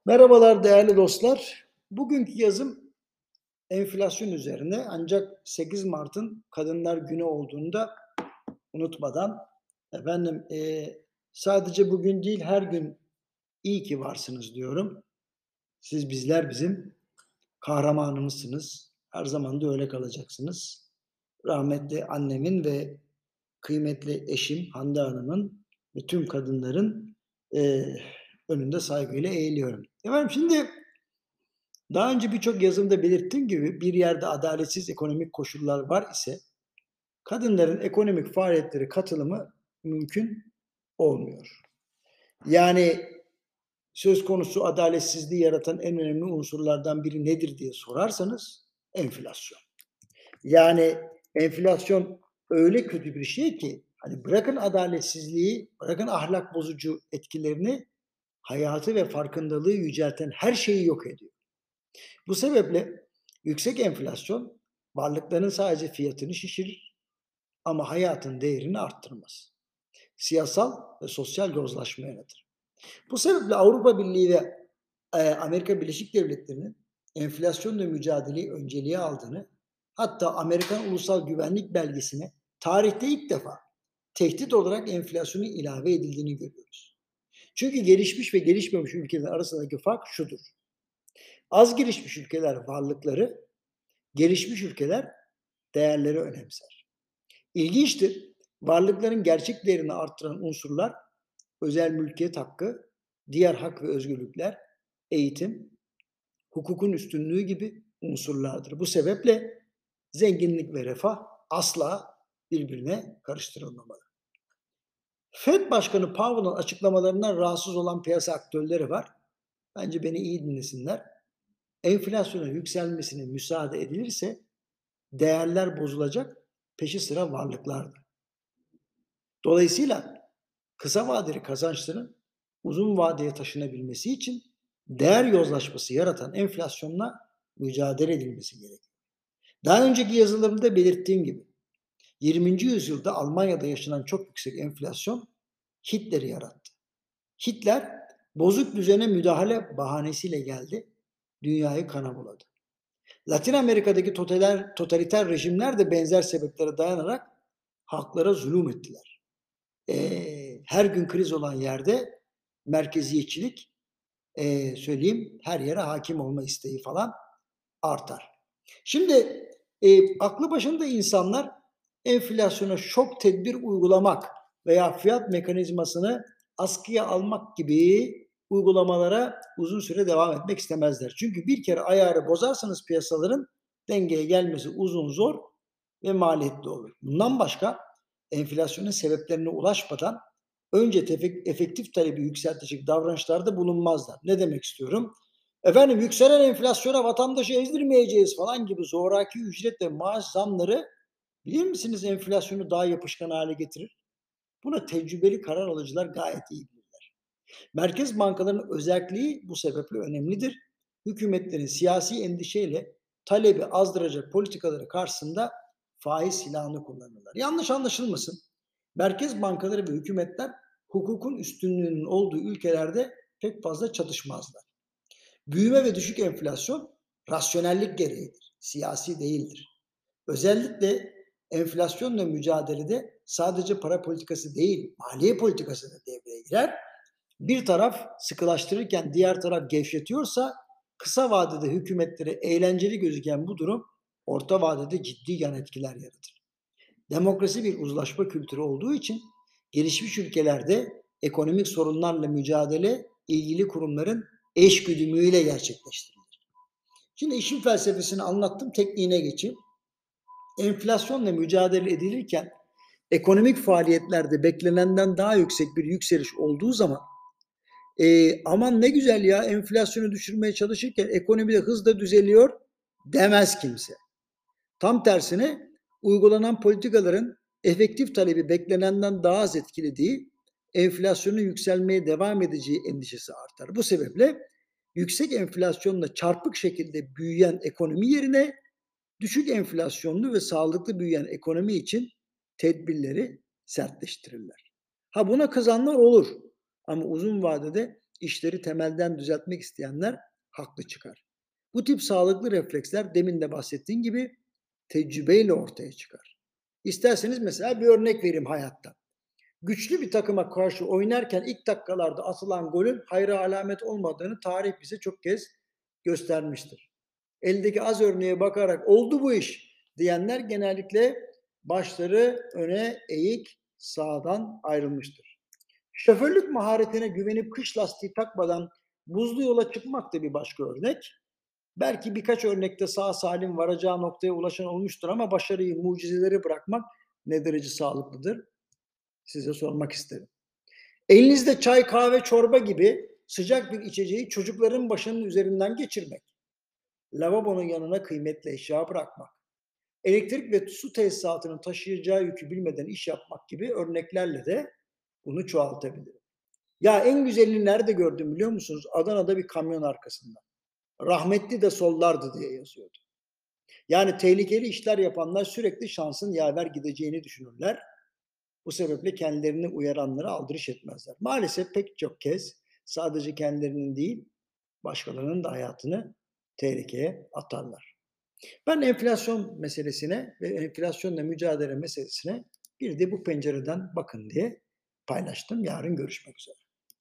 Merhabalar değerli dostlar. Bugünkü yazım enflasyon üzerine ancak 8 Mart'ın Kadınlar Günü olduğunu da unutmadan efendim sadece bugün değil her gün iyi ki varsınız diyorum. Siz bizler bizim kahramanımızsınız. Her zaman da öyle kalacaksınız. Rahmetli annemin ve kıymetli eşim Hande Hanım'ın ve tüm kadınların önünde saygıyla eğiliyorum. Efendim şimdi daha önce birçok yazımda belirttiğim gibi bir yerde adaletsiz ekonomik koşullar var ise kadınların ekonomik faaliyetlere katılımı mümkün olmuyor. Yani söz konusu adaletsizliği yaratan en önemli unsurlardan biri nedir diye sorarsanız enflasyon. Yani enflasyon öyle kötü bir şey ki hani bırakın adaletsizliği, bırakın ahlak bozucu etkilerini hayatı ve farkındalığı yücelten her şeyi yok ediyor. Bu sebeple yüksek enflasyon varlıkların sadece fiyatını şişirir ama hayatın değerini arttırmaz. Siyasal ve sosyal yozlaşma yaratır. Bu sebeple Avrupa Birliği ve Amerika Birleşik Devletleri'nin enflasyonla mücadeleyi önceliğe aldığını, hatta Amerikan Ulusal Güvenlik Belgesi'ne tarihte ilk defa tehdit olarak enflasyonun ilave edildiğini görüyoruz. Çünkü gelişmiş ve gelişmemiş ülkeler arasındaki fark şudur. Az gelişmiş ülkeler varlıkları, gelişmiş ülkeler değerleri önemser. İlginçtir. Varlıkların gerçek değerini arttıran unsurlar özel mülkiyet hakkı, diğer hak ve özgürlükler, eğitim, hukukun üstünlüğü gibi unsurlardır. Bu sebeple zenginlik ve refah asla birbirine karıştırılmamalı. Fed Başkanı Powell'ın açıklamalarından rahatsız olan piyasa aktörleri var. Bence beni iyi dinlesinler. Enflasyonun yükselmesine müsaade edilirse değerler bozulacak, peşi sıra varlıklardır. Dolayısıyla kısa vadeli kazançların uzun vadeye taşınabilmesi için değer yozlaşması yaratan enflasyonla mücadele edilmesi gerekiyor. Daha önceki yazılarımda belirttiğim gibi 20. yüzyılda Almanya'da yaşanan çok yüksek enflasyon Hitler'i yarattı. Hitler bozuk düzene müdahale bahanesiyle geldi, dünyayı kana buladı. Latin Amerika'daki totaliter rejimler de benzer sebeplere dayanarak halklara zulüm ettiler. Her gün kriz olan yerde merkeziyetçilik, söyleyeyim her yere hakim olma isteği falan artar. Şimdi aklı başında insanlar enflasyona şok tedbir uygulamak veya fiyat mekanizmasını askıya almak gibi uygulamalara uzun süre devam etmek istemezler. Çünkü bir kere ayarı bozarsanız piyasaların dengeye gelmesi uzun, zor ve maliyetli olur. Bundan başka enflasyonun sebeplerine ulaşmadan önce efektif talebi yükseltecek davranışlarda bulunmazlar. Ne demek istiyorum? Efendim yükselen enflasyona vatandaşı ezdirmeyeceğiz falan gibi zoraki ücret ve maaş zamları bilir misiniz enflasyonu daha yapışkan hale getirir? Buna tecrübeli karar alıcılar gayet iyi bilirler. Merkez bankalarının özelliği bu sebeple önemlidir. Hükümetlerin siyasi endişeyle talebi azdıracak politikaları karşısında faiz silahını kullanırlar. Yanlış anlaşılmasın. Merkez bankaları ve hükümetler hukukun üstünlüğünün olduğu ülkelerde pek fazla çatışmazlar. Büyüme ve düşük enflasyon rasyonellik gereğidir, siyasi değildir. Özellikle enflasyonla mücadelede sadece para politikası değil, maliye politikası da devreye girer. Bir taraf sıkılaştırırken diğer taraf gevşetiyorsa kısa vadede hükümetlere eğlenceli gözüken bu durum orta vadede ciddi yan etkiler yaratır. Demokrasi bir uzlaşma kültürü olduğu için gelişmiş ülkelerde ekonomik sorunlarla mücadele ilgili kurumların eşgüdümüyle gerçekleştirilir. Şimdi işin felsefesini anlattım, tekniğine geçeyim. Enflasyonla mücadele edilirken ekonomik faaliyetlerde beklenenden daha yüksek bir yükseliş olduğu zaman aman ne güzel ya enflasyonu düşürmeye çalışırken ekonomide hızla düzeliyor demez kimse. Tam tersine uygulanan politikaların efektif talebi beklenenden daha az etkilediği, enflasyonun yükselmeye devam edeceği endişesi artar. Bu sebeple yüksek enflasyonla çarpık şekilde büyüyen ekonomi yerine düşük enflasyonlu ve sağlıklı büyüyen ekonomi için tedbirleri sertleştirirler. Ha buna kızanlar olur ama uzun vadede işleri temelden düzeltmek isteyenler haklı çıkar. Bu tip sağlıklı refleksler demin de bahsettiğim gibi tecrübeyle ortaya çıkar. İsterseniz mesela bir örnek vereyim hayattan. Güçlü bir takıma karşı oynarken ilk dakikalarda atılan golün hayra alamet olmadığını tarih bize çok kez göstermiştir. Eldeki az örneğe bakarak oldu bu iş diyenler genellikle başları öne eğik sağdan ayrılmıştır. Şoförlük maharetine güvenip kış lastiği takmadan buzlu yola çıkmak da bir başka örnek. Belki birkaç örnekte sağ salim varacağı noktaya ulaşan olmuştur ama başarıyı mucizeleri bırakmak ne derece sağlıklıdır? Size sormak isterim. Elinizde çay, kahve, çorba gibi sıcak bir içeceği çocukların başının üzerinden geçirmek, lavabonun yanına kıymetli eşya bırakmak, elektrik ve su tesisatının taşıyacağı yükü bilmeden iş yapmak gibi örneklerle de bunu çoğaltabilirim. Ya en güzelini nerede gördüm biliyor musunuz? Adana'da bir kamyon arkasında. Rahmetli de sollardı diye yazıyordu. Yani tehlikeli işler yapanlar sürekli şansın yaver gideceğini düşünürler. Bu sebeple kendilerini uyaranlara aldırış etmezler. Maalesef pek çok kez sadece kendilerinin değil, başkalarının da hayatını tehlikeye atarlar. Ben enflasyon meselesine ve enflasyonla mücadele meselesine bir de bu pencereden bakın diye paylaştım. Yarın görüşmek üzere.